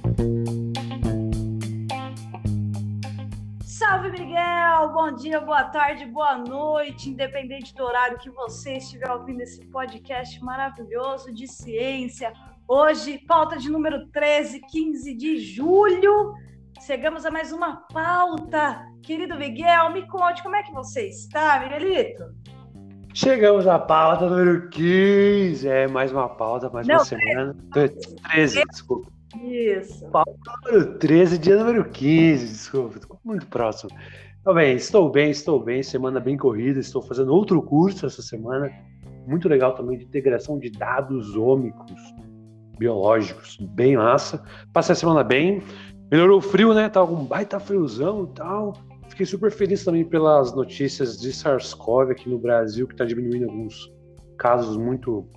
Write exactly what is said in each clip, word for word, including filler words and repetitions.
Salve, Miguel! Bom dia, boa tarde, boa noite, independente do horário que você estiver ouvindo esse podcast maravilhoso de ciência. Hoje, pauta de número treze, quinze de julho. Chegamos a mais uma pauta. Querido Miguel, me conte como é que você está, Miguelito? Chegamos à pauta número quinze. É, mais uma pauta, mais Não, uma semana. treze, desculpa. Isso. Pauta número treze, dia número quinze, desculpa. Estou muito próximo. Tá bem, estou bem, estou bem. Semana bem corrida. Estou fazendo outro curso essa semana. Muito legal também, de integração de dados ômicos biológicos. Bem massa. Passei a semana bem. Melhorou o frio, né? Tava um baita friozão e tal. Fiquei super feliz também pelas notícias de SARS-CoV aqui no Brasil, que está diminuindo alguns casos muito,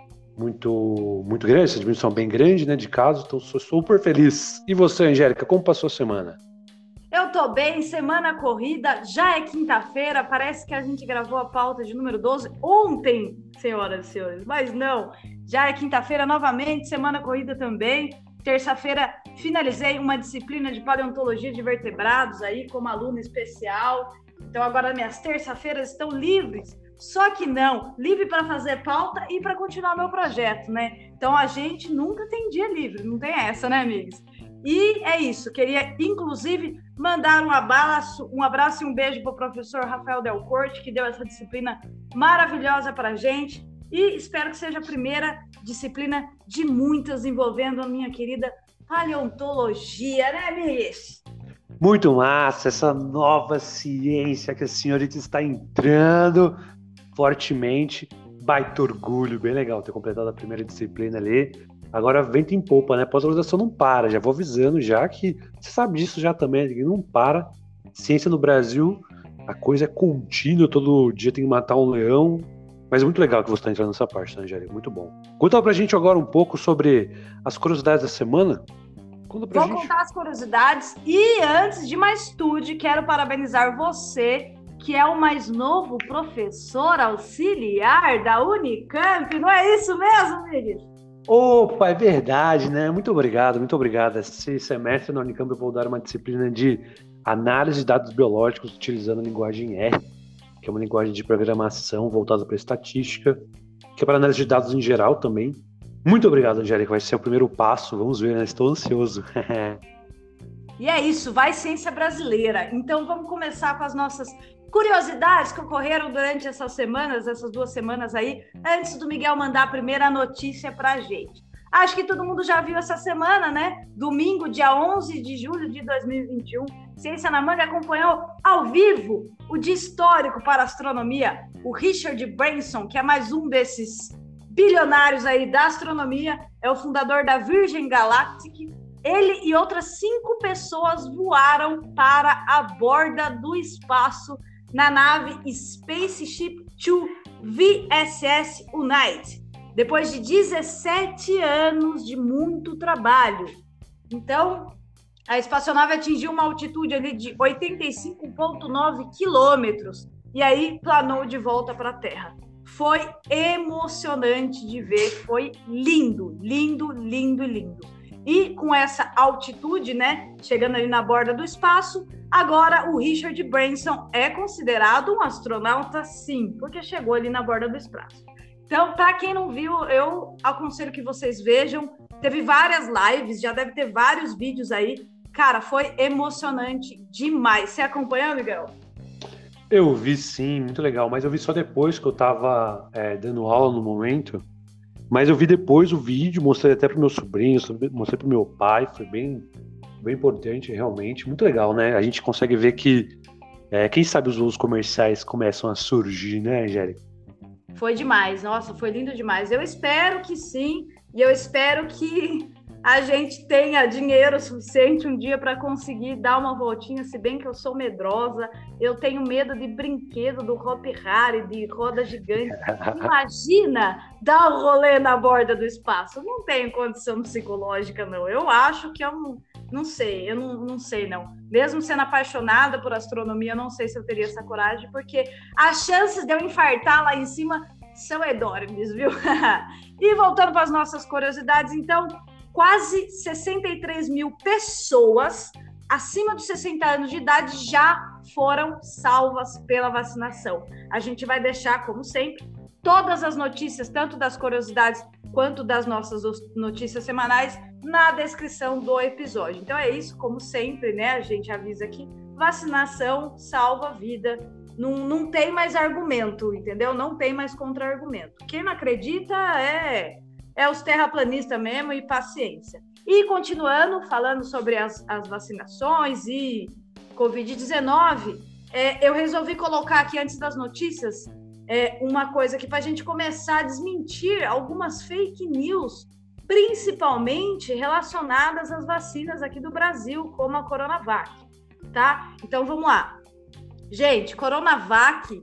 muito, muito grandes, essa diminuição bem grande, né, de casos, então sou super feliz. E você, Angélica, como passou a semana? Eu tô bem, semana corrida, já é quinta-feira, parece que a gente gravou a pauta de número doze ontem, senhoras e senhores, mas não, já é quinta-feira novamente, semana corrida também. Terça-feira finalizei uma disciplina de paleontologia de vertebrados aí como aluna especial. Então agora minhas terça-feiras estão livres. Só que não, livre para fazer pauta e para continuar meu projeto, né? Então a gente nunca tem dia livre, não tem essa, né, amigos? E é isso, queria inclusive mandar um abraço, um abraço e um beijo para o professor Rafael Del Corte, que deu essa disciplina maravilhosa para a gente. E espero que seja a primeira disciplina de muitas envolvendo a minha querida paleontologia, né, Miss? Muito massa, essa nova ciência que a senhorita está entrando fortemente. Baita orgulho, bem legal ter completado a primeira disciplina ali. Agora vento em popa, né? Pós-graduação não para, já vou avisando já que você sabe disso já também, que não para. Ciência no Brasil, a coisa é contínua, todo dia tem que matar um leão. Mas é muito legal que você está entrando nessa parte, né, Angélica? Muito bom. Conta pra gente agora um pouco sobre as curiosidades da semana. Conta pra Vou gente. contar as curiosidades e, antes de mais tudo, quero parabenizar você, que é o mais novo professor auxiliar da Unicamp. Não é isso mesmo, Miguel? Opa, é verdade, né? Muito obrigado, muito obrigado. Esse semestre na Unicamp eu vou dar uma disciplina de análise de dados biológicos utilizando a linguagem R, que é uma linguagem de programação voltada para estatística, que é para análise de dados em geral também. Muito obrigado, Angélica, vai ser o primeiro passo, vamos ver, né? Estou ansioso. E é isso, vai ciência brasileira. Então vamos começar com as nossas curiosidades que ocorreram durante essas semanas, essas duas semanas aí, antes do Miguel mandar a primeira notícia para a gente. Acho que todo mundo já viu essa semana, né? Domingo, dia onze de julho de dois mil e vinte e um, Ciência na Manga acompanhou ao vivo o dia histórico para a astronomia, o Richard Branson, que é mais um desses bilionários aí da astronomia, é o fundador da Virgin Galactic. Ele e outras cinco pessoas voaram para a borda do espaço na nave Spaceship dois V S S Unite, depois de dezessete anos de muito trabalho. Então, a espaçonave atingiu uma altitude ali de oitenta e cinco vírgula nove quilômetros e aí planou de volta para a Terra. Foi emocionante de ver, foi lindo, lindo, lindo, lindo. E com essa altitude, né, chegando ali na borda do espaço, agora o Richard Branson é considerado um astronauta, sim, porque chegou ali na borda do espaço. Então, para quem não viu, eu aconselho que vocês vejam. Teve várias lives, já deve ter vários vídeos aí. Cara, foi emocionante demais. Você acompanhou, Miguel? Eu vi sim, muito legal, mas eu vi só depois que eu tava é, dando aula no momento. Mas eu vi depois o vídeo, mostrei até pro meu sobrinho, mostrei pro meu pai, foi bem, bem importante, realmente. Muito legal, né? A gente consegue ver que, é, quem sabe os voos comerciais começam a surgir, né, Angélica? Foi demais, nossa, foi lindo demais. Eu espero que sim, e eu espero que a gente tenha dinheiro suficiente um dia para conseguir dar uma voltinha, se bem que eu sou medrosa, eu tenho medo de brinquedo, do Hopi Hari, de roda gigante. Imagina dar um rolê na borda do espaço. Não tenho condição psicológica, não. Eu acho que eu não, não sei, eu não, não sei, não. Mesmo sendo apaixonada por astronomia, eu não sei se eu teria essa coragem, porque as chances de eu infartar lá em cima são enormes, viu? E voltando para as nossas curiosidades, então, quase sessenta e três mil pessoas acima dos sessenta anos de idade já foram salvas pela vacinação. A gente vai deixar, como sempre, todas as notícias, tanto das curiosidades quanto das nossas notícias semanais, na descrição do episódio. Então é isso, como sempre, né? A gente avisa aqui, vacinação salva a vida. Não, não tem mais argumento, entendeu? Não tem mais contra-argumento. Quem não acredita é, é os terraplanistas mesmo e paciência. E continuando, falando sobre as, as vacinações e covid dezenove, é, eu resolvi colocar aqui, antes das notícias, é, uma coisa aqui para a gente começar a desmentir algumas fake news, principalmente relacionadas às vacinas aqui do Brasil, como a Coronavac, tá? Então, vamos lá. Gente, Coronavac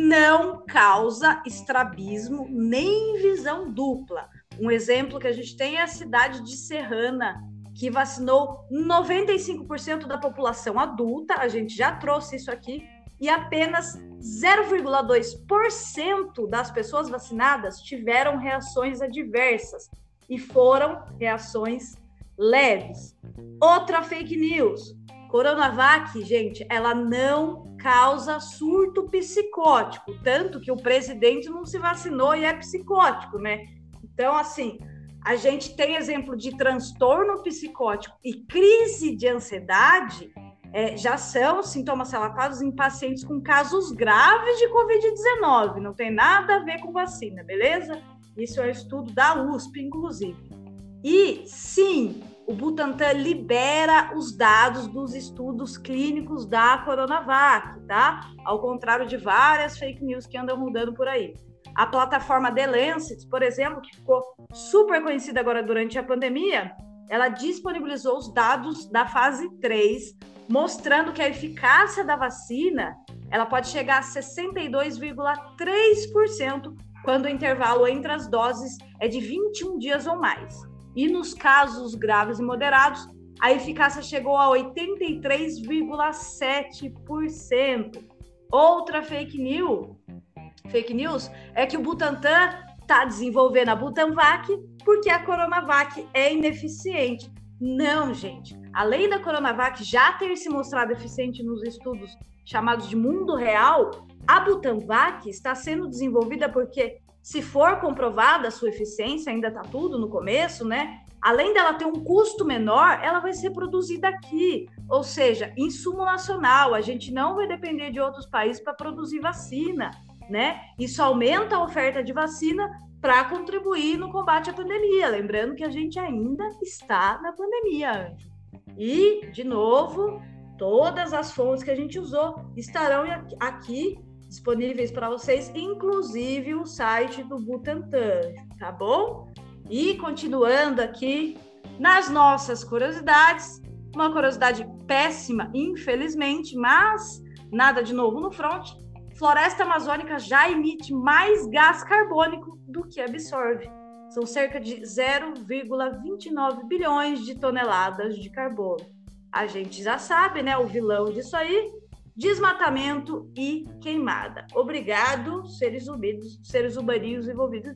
não causa estrabismo nem visão dupla. Um exemplo que a gente tem é a cidade de Serrana, que vacinou noventa e cinco por cento da população adulta, a gente já trouxe isso aqui, e apenas zero vírgula dois por cento das pessoas vacinadas tiveram reações adversas, e foram reações leves. Outra fake news. Coronavac, gente, ela não causa surto psicótico, tanto que o presidente não se vacinou e é psicótico, né? Então, assim, a gente tem exemplo de transtorno psicótico e crise de ansiedade, é, já são sintomas relatados em pacientes com casos graves de covid dezenove, não tem nada a ver com vacina, beleza? Isso é um estudo da U S P, inclusive. E, sim, o Butantan libera os dados dos estudos clínicos da Coronavac, tá? Ao contrário de várias fake news que andam rodando por aí. A plataforma The Lancet, por exemplo, que ficou super conhecida agora durante a pandemia, ela disponibilizou os dados da fase três, mostrando que a eficácia da vacina ela pode chegar a sessenta e dois vírgula três por cento quando o intervalo entre as doses é de vinte e um dias ou mais. E nos casos graves e moderados, a eficácia chegou a oitenta e três vírgula sete por cento. Outra fake news, fake news é que o Butantan está desenvolvendo a Butanvac porque a Coronavac é ineficiente. Não, gente. Além da Coronavac já ter se mostrado eficiente nos estudos chamados de mundo real, a Butanvac está sendo desenvolvida porque, se for comprovada a sua eficiência, ainda está tudo no começo, né? Além dela ter um custo menor, ela vai ser produzida aqui, ou seja, insumo nacional. A gente não vai depender de outros países para produzir vacina, né? Isso aumenta a oferta de vacina para contribuir no combate à pandemia. Lembrando que a gente ainda está na pandemia, Anjo. E, de novo, todas as fontes que a gente usou estarão aqui disponíveis para vocês, inclusive o site do Butantan, tá bom? E continuando aqui nas nossas curiosidades, uma curiosidade péssima, infelizmente, mas nada de novo no front. Floresta amazônica já emite mais gás carbônico do que absorve. São cerca de zero vírgula vinte e nove bilhões de toneladas de carbono. A gente já sabe, né, o vilão disso aí, desmatamento e queimada. Obrigado, seres humanos, seres humaninhos envolvidos.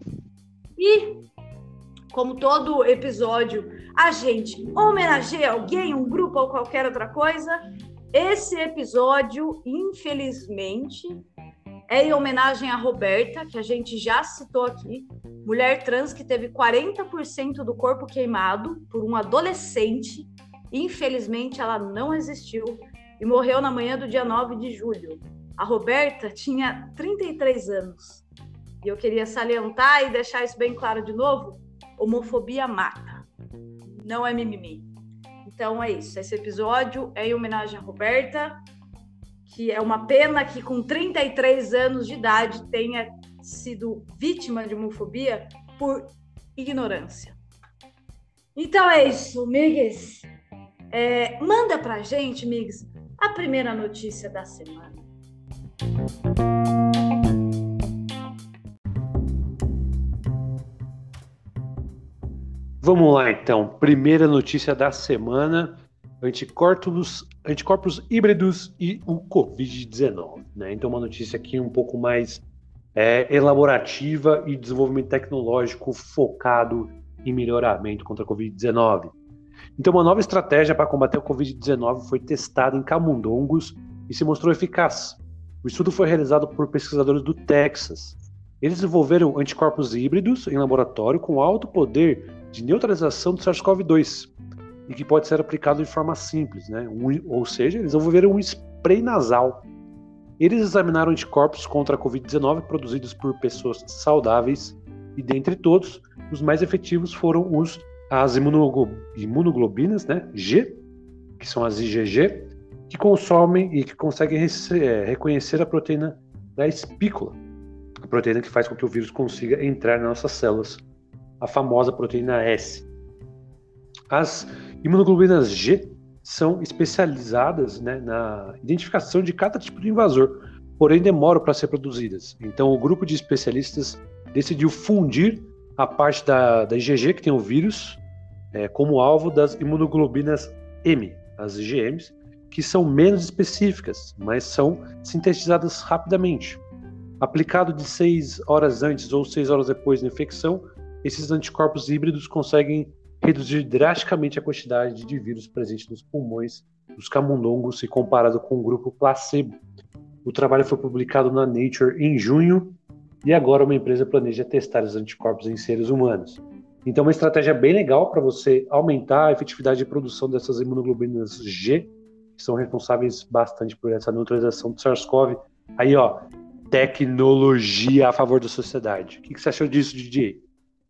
E, como todo episódio, a gente homenageia alguém, um grupo ou qualquer outra coisa. Esse episódio, infelizmente, é em homenagem a Roberta, que a gente já citou aqui, mulher trans que teve quarenta por cento do corpo queimado por um adolescente. Infelizmente, ela não resistiu e morreu na manhã do dia nove de julho. A Roberta tinha trinta e três anos. E eu queria salientar e deixar isso bem claro de novo: homofobia mata, não é mimimi. Então é isso, esse episódio é em homenagem a Roberta, que é uma pena que com trinta e três anos de idade tenha sido vítima de homofobia por ignorância. Então é isso, migas. É, manda pra gente, migas, a primeira notícia da semana. Vamos lá, então. Primeira notícia da semana: anticorpos, anticorpos híbridos e o covid dezenove. Né? Então, uma notícia aqui um pouco mais é, elaborativa e desenvolvimento tecnológico focado em melhoramento contra a covid dezenove. Então, uma nova estratégia para combater a covid dezenove foi testada em camundongos e se mostrou eficaz. O estudo foi realizado por pesquisadores do Texas. Eles desenvolveram anticorpos híbridos em laboratório com alto poder de neutralização do SARS-CoV dois e que pode ser aplicado de forma simples, né? Um, ou seja, eles desenvolveram um spray nasal. Eles examinaram anticorpos contra a covid dezenove produzidos por pessoas saudáveis e, dentre todos, os mais efetivos foram os, as imunoglobinas, né? G, que são as I G G, que consomem e que conseguem é, reconhecer a proteína da espícula, a proteína que faz com que o vírus consiga entrar nas nossas células, a famosa proteína S. As imunoglobinas G são especializadas, né, na identificação de cada tipo de invasor, porém demoram para ser produzidas. Então o grupo de especialistas decidiu fundir a parte da, da I G G, que tem o vírus, é, como alvo das imunoglobinas M, as I G Ms, que são menos específicas, mas são sintetizadas rapidamente. Aplicado de seis horas antes ou seis horas depois da infecção, esses anticorpos híbridos conseguem reduzir drasticamente a quantidade de vírus presente nos pulmões dos camundongos se comparado com o grupo placebo. O trabalho foi publicado na Nature em junho e agora uma empresa planeja testar os anticorpos em seres humanos. Então, uma estratégia bem legal para você aumentar a efetividade de produção dessas imunoglobinas G, que são responsáveis bastante por essa neutralização do SARS-CoV. Aí, ó, tecnologia a favor da sociedade. O que você achou disso, D J?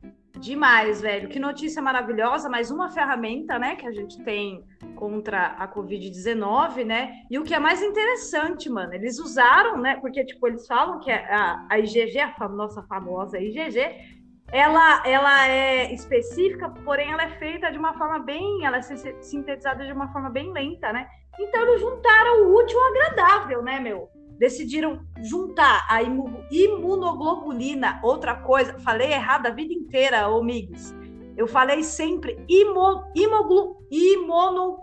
Demais, velho. Que notícia maravilhosa, mais uma ferramenta, né, que a gente tem contra a covid dezenove, né? E o que é mais interessante, mano, eles usaram, né, porque, tipo, eles falam que a, a I G G, a nossa famosa I G G, ela, ela é específica, porém ela é feita de uma forma bem, ela é sintetizada de uma forma bem lenta, né? Então eles juntaram o útil ao agradável, né, meu? Decidiram juntar a imunoglobulina, outra coisa, falei errado a vida inteira, ô amigos. Eu falei sempre imo, imoglu, imunoglo...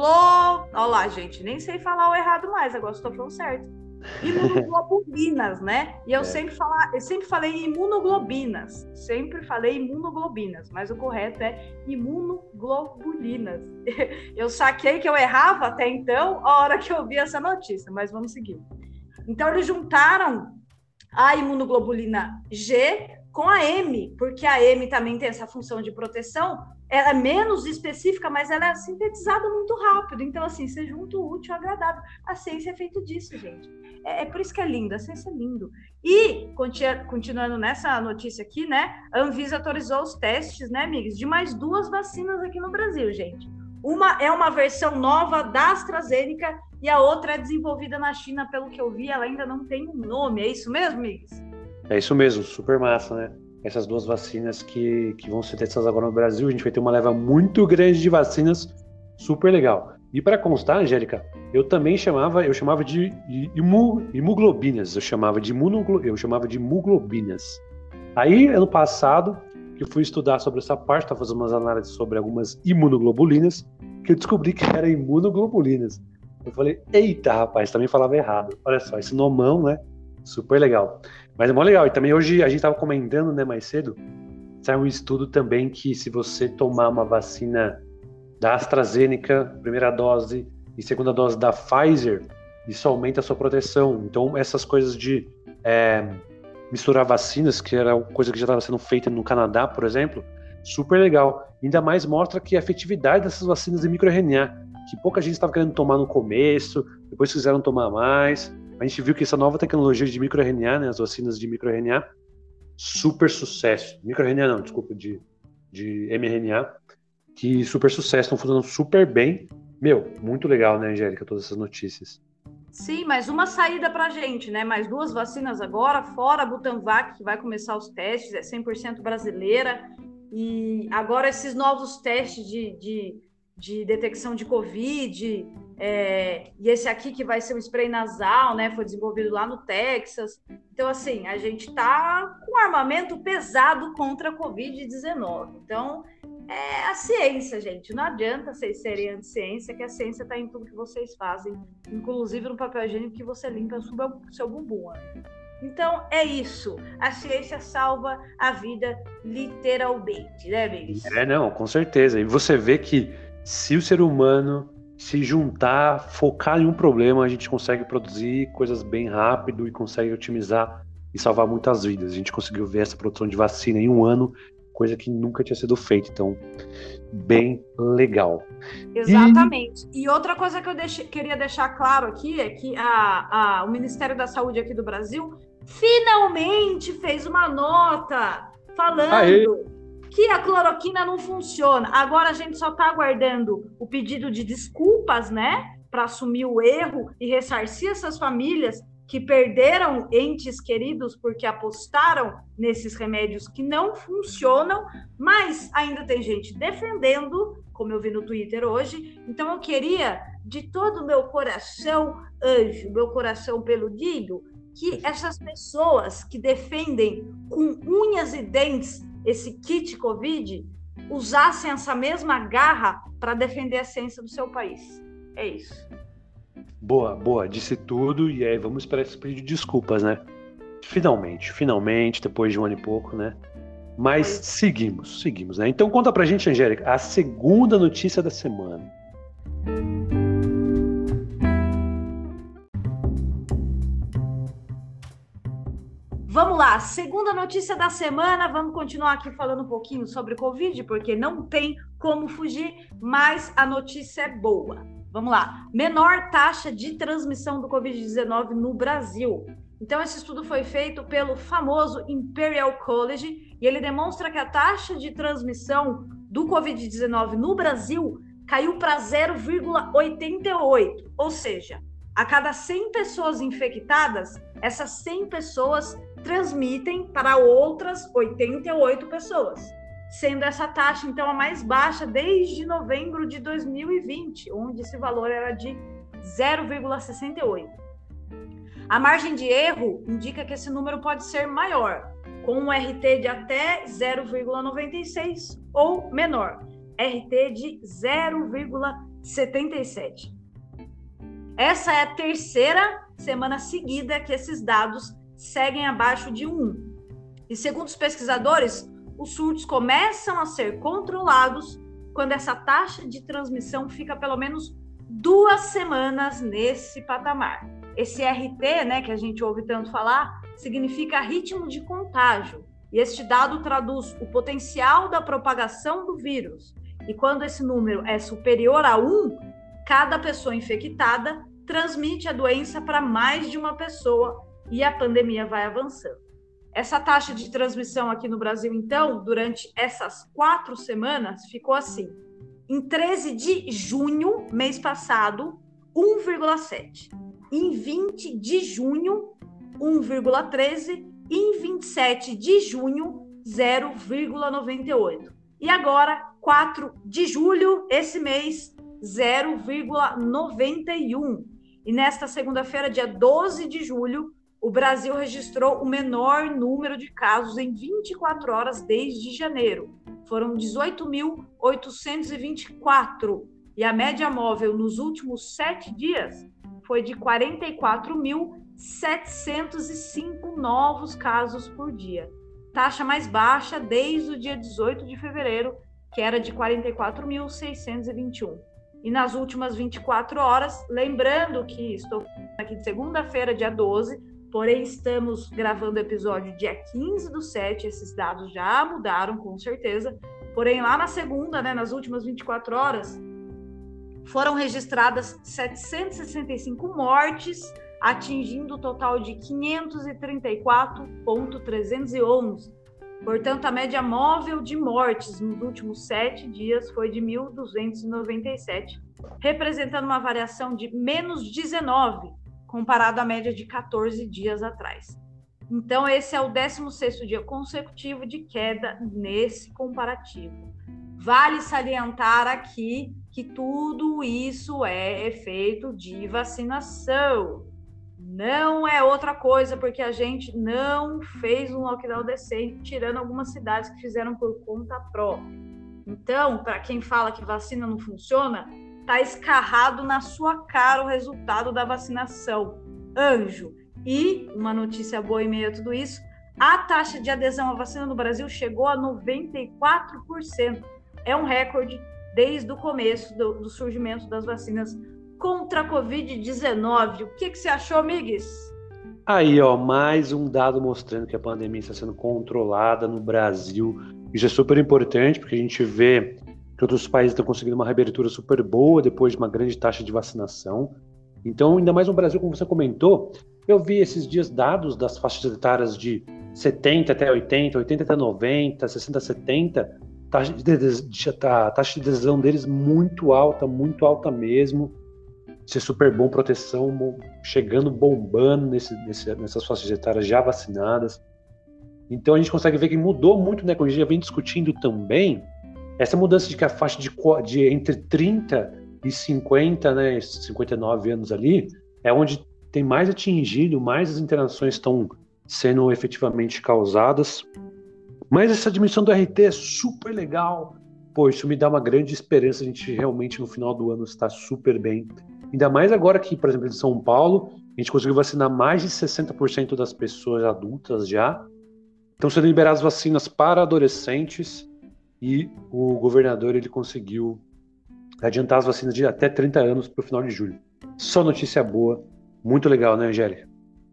Olha lá, gente, nem sei falar o errado mais, agora estou falando certo. Imunoglobulinas, né? E eu, é. sempre, fala, eu sempre falei imunoglobinas, sempre falei imunoglobinas, mas o correto é imunoglobulinas. Eu saquei que eu errava até então, a hora que eu vi essa notícia, mas vamos seguir. Então, eles juntaram a imunoglobulina G com a M, porque a M também tem essa função de proteção. Ela é menos específica, mas ela é sintetizada muito rápido. Então, assim, você junta o útil ao agradável. A ciência é feita disso, gente. É, é por isso que é lindo, a ciência é lindo. E, continuando nessa notícia aqui, né, a Anvisa autorizou os testes, né, amigos, de mais duas vacinas aqui no Brasil, gente. Uma é uma versão nova da AstraZeneca e a outra é desenvolvida na China, pelo que eu vi, ela ainda não tem um nome. É isso mesmo, amigos? É isso mesmo, super massa, né? Essas duas vacinas que, que vão ser testadas agora no Brasil, a gente vai ter uma leva muito grande de vacinas, super legal. E para constar, Angélica, eu também chamava, eu chamava de imu, imuglobinas, eu chamava de imunoglo, eu chamava de imuglobinas. Aí, ano passado, que eu fui estudar sobre essa parte, estava fazendo umas análises sobre algumas imunoglobulinas, que eu descobri que era imunoglobulinas. Eu falei, eita, rapaz, também falava errado. Olha só, esse nomão, né? Super legal. Mas é mó legal. E também hoje a gente estava comentando, né, mais cedo, saiu um estudo também que se você tomar uma vacina da AstraZeneca, primeira dose, e segunda dose da Pfizer, isso aumenta a sua proteção. Então, essas coisas de é, misturar vacinas, que era coisa que já estava sendo feita no Canadá, por exemplo, super legal. Ainda mais mostra que a efetividade dessas vacinas de microRNA, que pouca gente estava querendo tomar no começo, depois quiseram tomar mais. A gente viu que essa nova tecnologia de microRNA, né, as vacinas de microRNA, super sucesso. MicroRNA não, desculpa, de, de mRNA, que super sucesso, estão funcionando super bem. Meu, muito legal, né, Angélica, todas essas notícias. Sim, mais uma saída pra gente, né? Mais duas vacinas agora, fora a Butanvac, que vai começar os testes, é cem por cento brasileira. E agora esses novos testes de, de, de detecção de Covid, é, e esse aqui que vai ser um spray nasal, né? Foi desenvolvido lá no Texas. Então, assim, a gente tá com armamento pesado contra a covid dezenove. Então, é a ciência, gente. Não adianta vocês serem anti-ciência, que a ciência tá em tudo que vocês fazem, inclusive no papel higiênico que você limpa o seu bumbum. Né? Então, é isso. A ciência salva a vida literalmente, né, Belis? É, não, com certeza. E você vê que se o ser humano se juntar, focar em um problema, a gente consegue produzir coisas bem rápido e consegue otimizar e salvar muitas vidas. A gente conseguiu ver essa produção de vacina em um ano, coisa que nunca tinha sido feita. Então, bem legal. Exatamente. E, e outra coisa que eu deixe, queria deixar claro aqui é que a, a, o Ministério da Saúde aqui do Brasil finalmente fez uma nota falando Aê. que a cloroquina não funciona. Agora a gente só está aguardando o pedido de desculpas, né, para assumir o erro e ressarcir essas famílias que perderam entes queridos porque apostaram nesses remédios que não funcionam, mas ainda tem gente defendendo, como eu vi no Twitter hoje. Então eu queria, de todo o meu coração, anjo, meu coração peludinho, que essas pessoas que defendem com unhas e dentes esse kit Covid usassem essa mesma garra para defender a ciência do seu país. É isso. Boa, boa, disse tudo, e aí vamos esperar esse pedido de desculpas, né? Finalmente, finalmente, depois de um ano e pouco, né? Mas Oi. seguimos, seguimos, né? Então conta pra gente, Angélica, a segunda notícia da semana. Vamos lá, segunda notícia da semana, vamos continuar aqui falando um pouquinho sobre Covid, porque não tem como fugir, mas a notícia é boa. Vamos lá, menor taxa de transmissão do covid dezenove no Brasil. Então, esse estudo foi feito pelo famoso Imperial College e ele demonstra que a taxa de transmissão do covid dezenove no Brasil caiu para zero vírgula oitenta e oito, ou seja, a cada cem pessoas infectadas, essas cem pessoas transmitem para outras oitenta e oito pessoas, sendo essa taxa, então, a mais baixa desde novembro de dois mil e vinte, onde esse valor era de zero vírgula sessenta e oito. A margem de erro indica que esse número pode ser maior, com um R T de até zero vírgula noventa e seis ou menor, R T de zero vírgula setenta e sete. Essa é a terceira semana seguida que esses dados seguem abaixo de um. E segundo os pesquisadores, os surtos começam a ser controlados quando essa taxa de transmissão fica pelo menos duas semanas nesse patamar. Esse R T, né, que a gente ouve tanto falar, significa ritmo de contágio. E este dado traduz o potencial da propagação do vírus. E quando esse número é superior a um, cada pessoa infectada transmite a doença para mais de uma pessoa e a pandemia vai avançando. Essa taxa de transmissão aqui no Brasil, então, durante essas quatro semanas, ficou assim. Em treze de junho, mês passado, um vírgula sete. Em vinte de junho, um vírgula treze. E em vinte e sete de junho, zero vírgula noventa e oito. E agora, quatro de julho, esse mês, zero vírgula noventa e um. E nesta segunda-feira, dia doze de julho, o Brasil registrou o menor número de casos em vinte e quatro horas desde janeiro. Foram dezoito mil oitocentos e vinte e quatro. E a média móvel nos últimos sete dias foi de quarenta e quatro mil setecentos e cinco novos casos por dia. Taxa mais baixa desde o dia dezoito de fevereiro, que era de quarenta e quatro mil seiscentos e vinte e um. E nas últimas vinte e quatro horas, lembrando que estou aqui de segunda-feira, dia doze, porém estamos gravando o episódio dia quinze do sete, esses dados já mudaram, com certeza. Porém, lá na segunda, né, nas últimas vinte e quatro horas, foram registradas setecentas e sessenta e cinco mortes, atingindo o total de quinhentos e trinta e quatro mil trezentos e onze. Portanto, a média móvel de mortes nos últimos sete dias foi de mil duzentos e noventa e sete, representando uma variação de menos dezenove, comparado à média de quatorze dias atrás. Então, esse é o décimo sexto dia consecutivo de queda nesse comparativo. Vale salientar aqui que tudo isso é efeito de vacinação. Não é outra coisa, porque a gente não fez um lockdown decente, tirando algumas cidades que fizeram por conta própria. Então, para quem fala que vacina não funciona, tá escarrado na sua cara o resultado da vacinação. Anjo, E uma notícia boa em meio a tudo isso, a taxa de adesão à vacina no Brasil chegou a noventa e quatro por cento. É um recorde desde o começo do, do surgimento das vacinas contra a covid dezenove. O que, que você achou, Migues? Aí, ó, mais um dado mostrando que a pandemia está sendo controlada no Brasil. Isso é super importante, porque a gente vê que outros países estão conseguindo uma reabertura super boa depois de uma grande taxa de vacinação. Então, ainda mais no Brasil, como você comentou, eu vi esses dias dados das faixas etárias de setenta até oitenta, oitenta até noventa, sessenta a setenta, taxa de, a taxa de adesão deles muito alta, muito alta mesmo. Isso é super bom, proteção chegando, bombando nesse, nesse, nessas faixas etárias já vacinadas. Então a gente consegue ver que mudou muito, né? Como a gente já vem discutindo também, essa mudança de que a faixa de, de entre trinta e cinquenta, né, cinquenta e nove anos ali, é onde tem mais atingido, mais as internações estão sendo efetivamente causadas. Mas essa dimensão do R T é super legal. Pô, isso me dá uma grande esperança, a gente realmente no final do ano está super bem. Ainda mais agora que, por exemplo, em São Paulo, a gente conseguiu vacinar mais de sessenta por cento das pessoas adultas já. Estão sendo liberadas vacinas para adolescentes e o governador ele conseguiu adiantar as vacinas de até trinta anos para o final de julho. Só notícia boa. Muito legal, né, Angélica?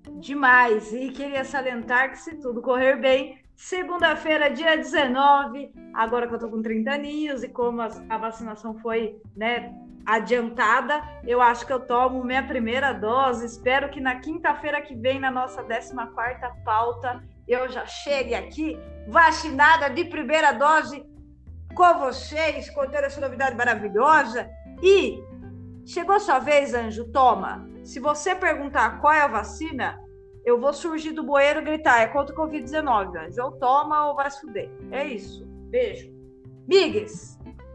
Demais. E queria salientar que se tudo correr bem, segunda-feira, dia dezenove, agora que eu tô com trinta aninhos e como a vacinação foi, né, adiantada, eu acho que eu tomo minha primeira dose. Espero que na quinta-feira que vem, na nossa décima quarta pauta, eu já chegue aqui vacinada de primeira dose com vocês, contando essa novidade maravilhosa. E chegou a sua vez, Anjo, toma. Se você perguntar qual é a vacina, eu vou surgir do bueiro e gritar, é contra o covid dezenove, Anjo. Ou toma ou vai se fuder. É isso. Beijo. Migues,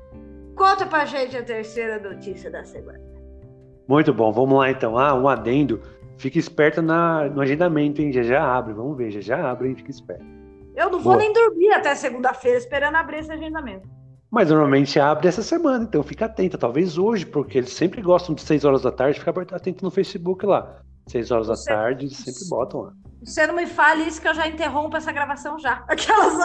conta pra gente a terceira notícia da semana. Muito bom, vamos lá então. Ah, um adendo. Fique esperta na, no agendamento, hein? Já já abre, vamos ver, já já abre, hein? Fique esperto. Eu não vou Boa. nem dormir até segunda-feira esperando abrir esse agendamento. Mas normalmente abre essa semana, então fica atenta, talvez hoje, porque eles sempre gostam de seis horas da tarde, fica atento no Facebook lá. seis horas Você... da tarde, eles sempre botam lá. Você não me fale isso que eu já interrompo essa gravação já. Aquelas...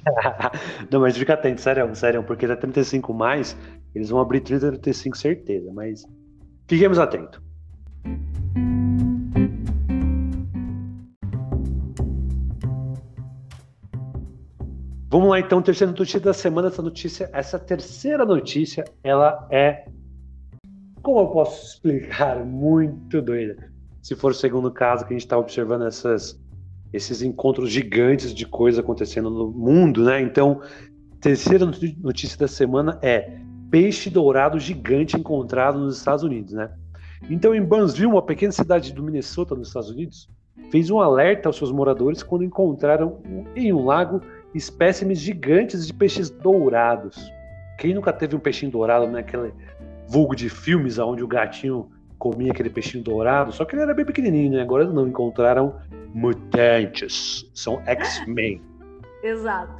Não, mas fica atento, sério, sério, porque da trinta e cinco mais, eles vão abrir trinta, trinta e cinco certeza, mas fiquemos atentos. Vamos lá então, terceira notícia da semana. Essa notícia, essa terceira notícia, ela é, como eu posso explicar, muito doida. Se for o segundo caso que a gente está observando essas, esses encontros gigantes de coisa acontecendo no mundo, né? Então, terceira notícia da semana é peixe dourado gigante encontrado nos Estados Unidos, né? Então, em Burnsville, uma pequena cidade do Minnesota, nos Estados Unidos, fez um alerta aos seus moradores quando encontraram em um lago espécimes gigantes de peixes dourados. Quem nunca teve um peixinho dourado, né? Aquele vulgo de filmes onde o gatinho comia aquele peixinho dourado, só que ele era bem pequenininho, né? Agora não, encontraram mutantes, são X-Men. Exato.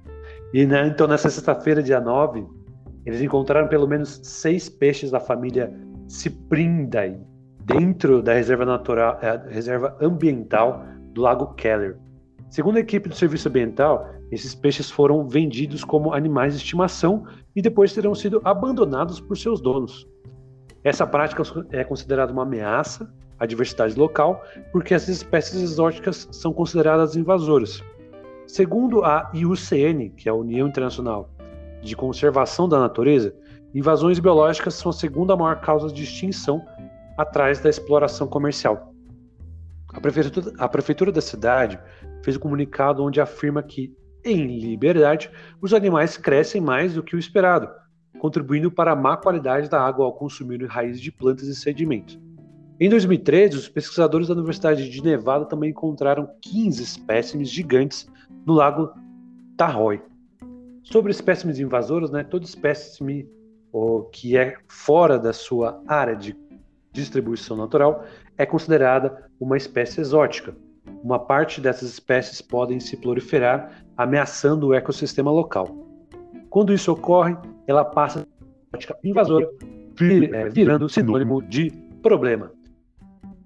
E né, então nessa sexta-feira, dia nove, eles encontraram pelo menos seis peixes da família Cyprindae dentro da reserva natural, é, reserva ambiental do Lago Keller. Segundo a equipe do Serviço Ambiental, esses peixes foram vendidos como animais de estimação e depois terão sido abandonados por seus donos. Essa prática é considerada uma ameaça à diversidade local, porque essas espécies exóticas são consideradas invasoras. Segundo a I U C N, que é a União Internacional de Conservação da Natureza, invasões biológicas são a segunda maior causa de extinção atrás da exploração comercial. A prefeitura, a prefeitura da cidade fez um comunicado onde afirma que, em liberdade, os animais crescem mais do que o esperado, contribuindo para a má qualidade da água ao consumir raízes de plantas e sedimentos. Em dois mil e treze, os pesquisadores da Universidade de Nevada também encontraram quinze espécimes gigantes no lago Tahoe. Sobre espécimes invasoras, né, todo espécime ou, que é fora da sua área de distribuição natural é considerada uma espécie exótica. Uma parte dessas espécies podem se proliferar, ameaçando o ecossistema local. Quando isso ocorre, ela passa a ser invasora, vir, é, virando sinônimo de problema.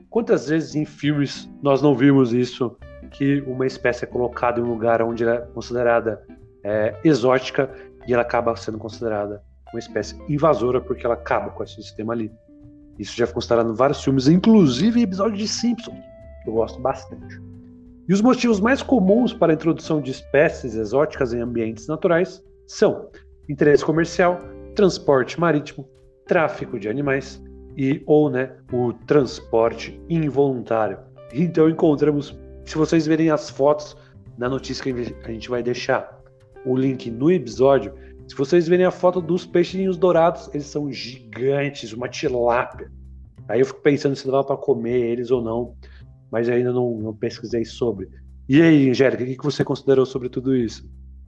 Quantas vezes em filmes nós não vimos isso, que uma espécie é colocada em um lugar onde ela é considerada é, exótica e ela acaba sendo considerada uma espécie invasora porque ela acaba com esse sistema ali. Isso já foi considerado em vários filmes, inclusive em episódios de Simpsons, que eu gosto bastante. E os motivos mais comuns para a introdução de espécies exóticas em ambientes naturais são interesse comercial, transporte marítimo, tráfico de animais e ou né, o transporte involuntário. Então encontramos, se vocês verem as fotos na notícia que a gente vai deixar o link no episódio, se vocês verem a foto dos peixinhos dourados, eles são gigantes, uma tilápia. Aí eu fico pensando se dava para comer eles ou não, mas ainda não, não pesquisei sobre. E aí, Angélica, o que você considerou sobre tudo isso?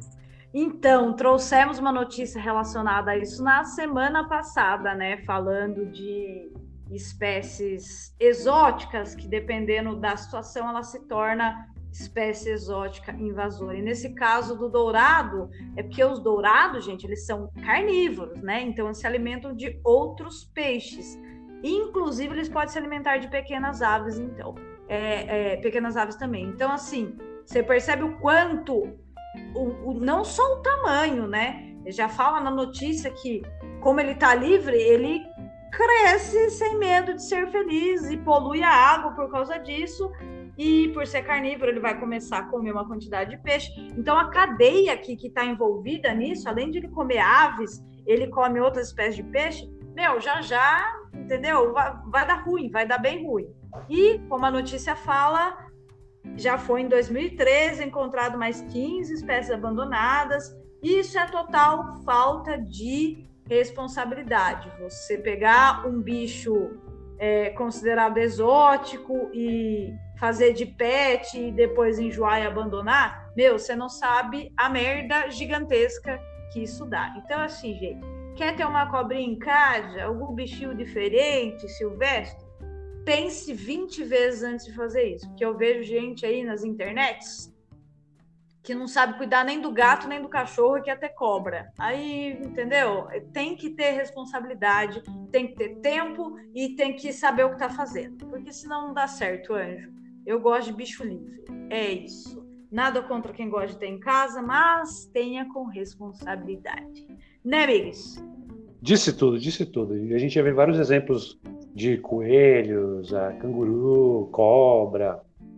Então, trouxemos uma notícia relacionada a isso na semana passada, né? Falando de espécies exóticas que, dependendo da situação, ela se torna espécie exótica invasora. E nesse caso do dourado, é porque os dourados, gente, eles são carnívoros, né? Então, eles se alimentam de outros peixes. Inclusive, eles podem se alimentar de pequenas aves, então. É, é, pequenas aves também. Então, assim, você percebe o quanto, o, o, não só o tamanho, né? Ele já fala na notícia que, como ele tá livre, ele cresce sem medo de ser feliz e polui a água por causa disso. E por ser carnívoro, ele vai começar a comer uma quantidade de peixe. Então, a cadeia aqui que está envolvida nisso, além de ele comer aves, ele come outras espécies de peixe, meu, já já, entendeu? Vai, vai dar ruim, vai dar bem ruim. E, como a notícia fala, já foi em dois mil e treze encontrado mais quinze espécies abandonadas. Isso é total falta de responsabilidade. Você pegar um bicho é, considerado exótico e fazer de pet e depois enjoar e abandonar, meu, você não sabe a merda gigantesca que isso dá. Então, assim, gente, quer ter uma cobrinha em casa, algum bichinho diferente, silvestre? Pense vinte vezes antes de fazer isso, porque eu vejo gente aí nas internets que não sabe cuidar nem do gato, nem do cachorro, e quer ter cobra. Aí, entendeu? Tem que ter responsabilidade, tem que ter tempo e tem que saber o que tá fazendo, porque senão não dá certo, anjo. Eu gosto de bicho livre, é isso. Nada contra quem gosta de ter em casa, mas tenha com responsabilidade. Né, amigos? Disse tudo, disse tudo. E a gente já vê vários exemplos de coelhos, a canguru, cobra,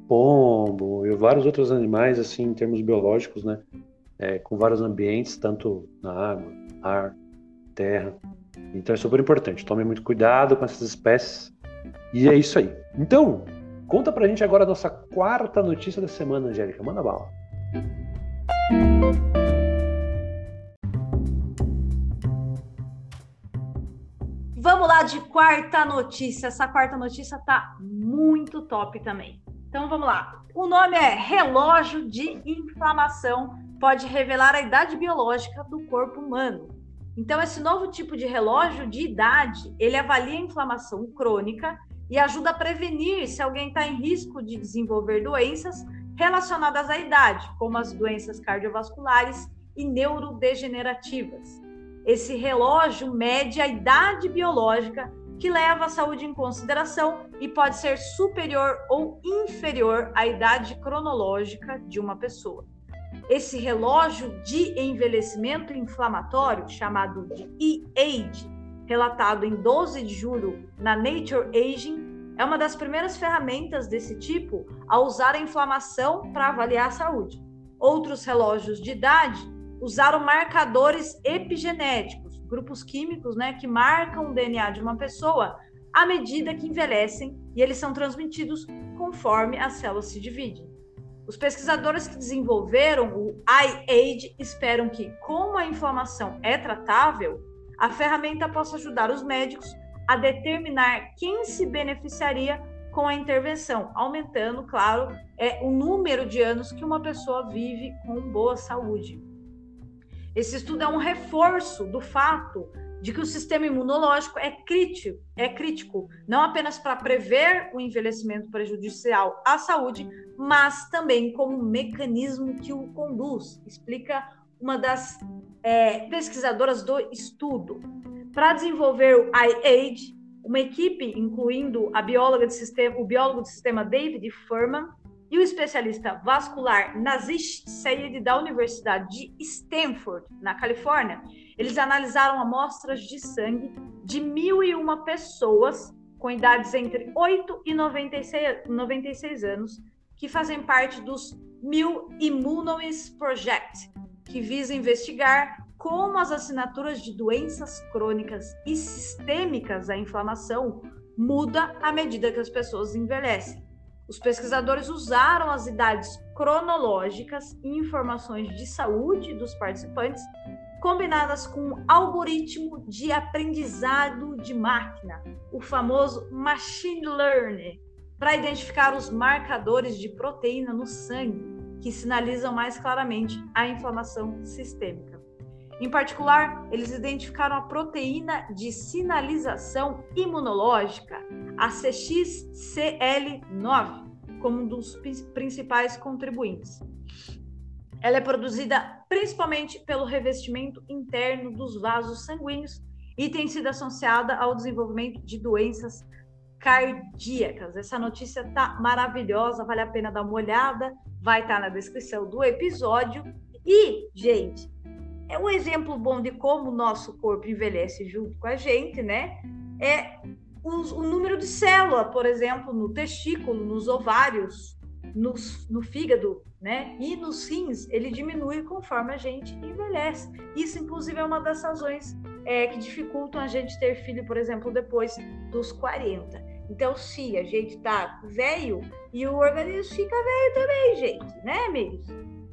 pombo e vários outros animais, assim, em termos biológicos, né? É, com vários ambientes, tanto na água, ar, terra. Então é super importante. Tome muito cuidado com essas espécies. E é isso aí. Então, conta pra gente agora a nossa quarta notícia da semana, Angélica. Manda bala. Vamos lá de quarta notícia. Essa quarta notícia tá muito top também. Então vamos lá. O nome é relógio de inflamação. Pode revelar a idade biológica do corpo humano. Então esse novo tipo de relógio de idade, ele avalia a inflamação crônica e ajuda a prevenir se alguém está em risco de desenvolver doenças relacionadas à idade, como as doenças cardiovasculares e neurodegenerativas. Esse relógio mede a idade biológica que leva a saúde em consideração e pode ser superior ou inferior à idade cronológica de uma pessoa. Esse relógio de envelhecimento inflamatório, chamado de e-age, relatado em doze de julho na Nature Aging, é uma das primeiras ferramentas desse tipo a usar a inflamação para avaliar a saúde. Outros relógios de idade usaram marcadores epigenéticos, grupos químicos, né, que marcam o D N A de uma pessoa à medida que envelhecem, e eles são transmitidos conforme as células se dividem. Os pesquisadores que desenvolveram o iAge esperam que, como a inflamação é tratável, a ferramenta possa ajudar os médicos a determinar quem se beneficiaria com a intervenção, aumentando, claro, é, o número de anos que uma pessoa vive com boa saúde. Esse estudo é um reforço do fato de que o sistema imunológico é crítico, é crítico não apenas para prever o envelhecimento prejudicial à saúde, mas também como um mecanismo que o conduz, explica uma das é, pesquisadoras do estudo. Para desenvolver o iAge, uma equipe incluindo a bióloga de sistema, o biólogo de sistema David Furman e o especialista vascular Nazish Sayed da Universidade de Stanford, na Califórnia, eles analisaram amostras de sangue de mil e uma pessoas com idades entre oito e noventa e seis anos, que fazem parte dos Mil Immunomes Project, que visa investigar como as assinaturas de doenças crônicas e sistêmicas à inflamação muda à medida que as pessoas envelhecem. Os pesquisadores usaram as idades cronológicas e informações de saúde dos participantes, combinadas com um algoritmo de aprendizado de máquina, o famoso machine learning, para identificar os marcadores de proteína no sangue, que sinalizam mais claramente a inflamação sistêmica. Em particular, eles identificaram a proteína de sinalização imunológica, a C X C L nove, como um dos principais contribuintes. Ela é produzida principalmente pelo revestimento interno dos vasos sanguíneos e tem sido associada ao desenvolvimento de doenças cardíacas. Essa notícia tá maravilhosa, vale a pena dar uma olhada, vai estar na descrição do episódio. E, gente, é um exemplo bom de como o nosso corpo envelhece junto com a gente, né? É os, o número de célula, por exemplo, no testículo, nos ovários, nos, no fígado, né? E nos rins, ele diminui conforme a gente envelhece. Isso, inclusive, é uma das razões é, que dificultam a gente ter filho, por exemplo, depois dos quarenta. Então, se a gente tá velho, e o organismo fica velho também, gente, né, amigos?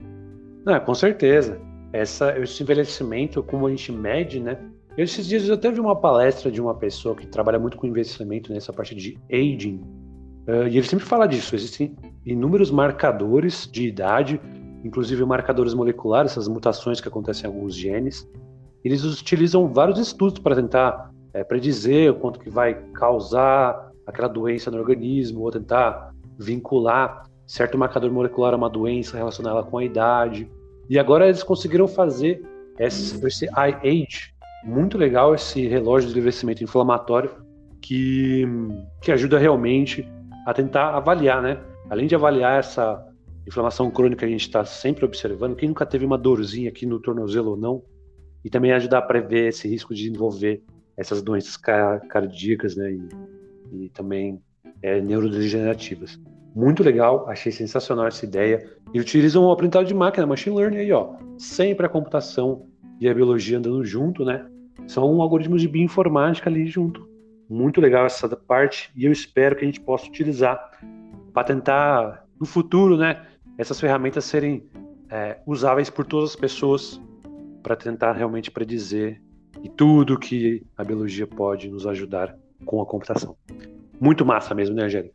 Não, com certeza. Essa, esse envelhecimento, como a gente mede, né? Eu, esses dias eu até vi uma palestra de uma pessoa que trabalha muito com envelhecimento nessa parte de aging, uh, e ele sempre fala disso. Existem inúmeros marcadores de idade, inclusive marcadores moleculares, essas mutações que acontecem em alguns genes. Eles utilizam vários estudos para tentar é, predizer o quanto que vai causar aquela doença no organismo, ou tentar vincular certo marcador molecular a uma doença, relacioná-la com a idade. E agora eles conseguiram fazer esse, esse iAge, muito legal, esse relógio de envelhecimento inflamatório, que, que ajuda realmente a tentar avaliar, né? Além de avaliar essa inflamação crônica que a gente está sempre observando, quem nunca teve uma dorzinha aqui no tornozelo ou não, e também ajudar a prever esse risco de desenvolver essas doenças cardíacas, né? E, e também é, neurodegenerativas. Muito legal, achei sensacional essa ideia. E utilizam o aprendizado de máquina, machine learning aí, ó. Sempre a computação e a biologia andando junto, né? São algoritmos de bioinformática ali junto. Muito legal essa parte, e eu espero que a gente possa utilizar para tentar, no futuro, né, essas ferramentas serem é, usáveis por todas as pessoas, para tentar realmente predizer e tudo que a biologia pode nos ajudar com a computação. Muito massa mesmo, né, Angélica?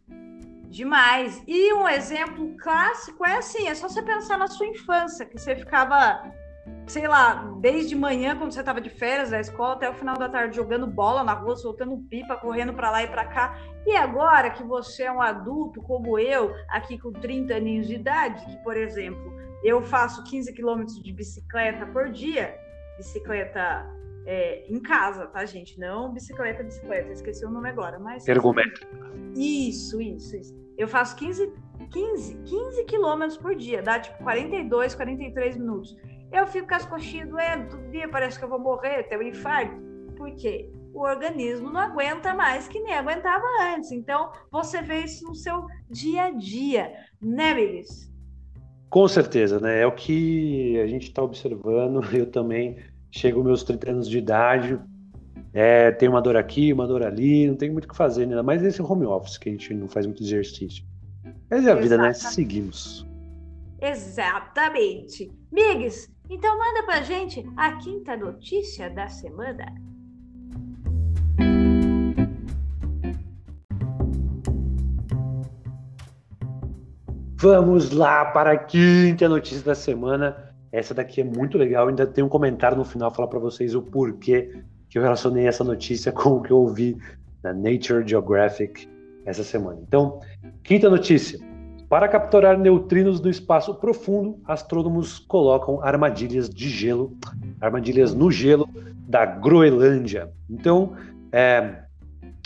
Demais. E um exemplo clássico é assim, é só você pensar na sua infância, que você ficava, sei lá, desde manhã, quando você estava de férias da escola, até o final da tarde jogando bola na rua, soltando pipa, correndo para lá e para cá. E agora que você é um adulto como eu, aqui com trinta aninhos de idade, que, por exemplo, eu faço quinze quilômetros de bicicleta por dia, bicicleta é, em casa, tá, gente? Não bicicleta, bicicleta, esqueci o nome agora, mas... Ergométrica. Isso, isso, isso. Eu faço quinze, quinze, quinze quilômetros por dia, dá tipo quarenta e dois, quarenta e três minutos. Eu fico com as coxinhas doendo, todo dia parece que eu vou morrer, ter um infarto. Por quê? O organismo não aguenta mais que nem aguentava antes. Então, você vê isso no seu dia a dia, né, Bilis? Com certeza, né? É o que a gente está observando. Eu também chego aos meus trinta anos de idade, é, tem uma dor aqui, uma dor ali, não tem muito o que fazer, né? Mas esse home office, que a gente não faz muito exercício. Mas é a vida, né? Seguimos. Exatamente. Migs, então manda pra gente a quinta notícia da semana. Vamos lá para a quinta notícia da semana. Essa daqui é muito legal. Ainda tem um comentário no final falar para vocês o porquê que eu relacionei essa notícia com o que eu ouvi na Nature Geographic essa semana. Então, quinta notícia. Para capturar neutrinos do espaço profundo, astrônomos colocam armadilhas de gelo, armadilhas no gelo da Groenlândia. Então, é,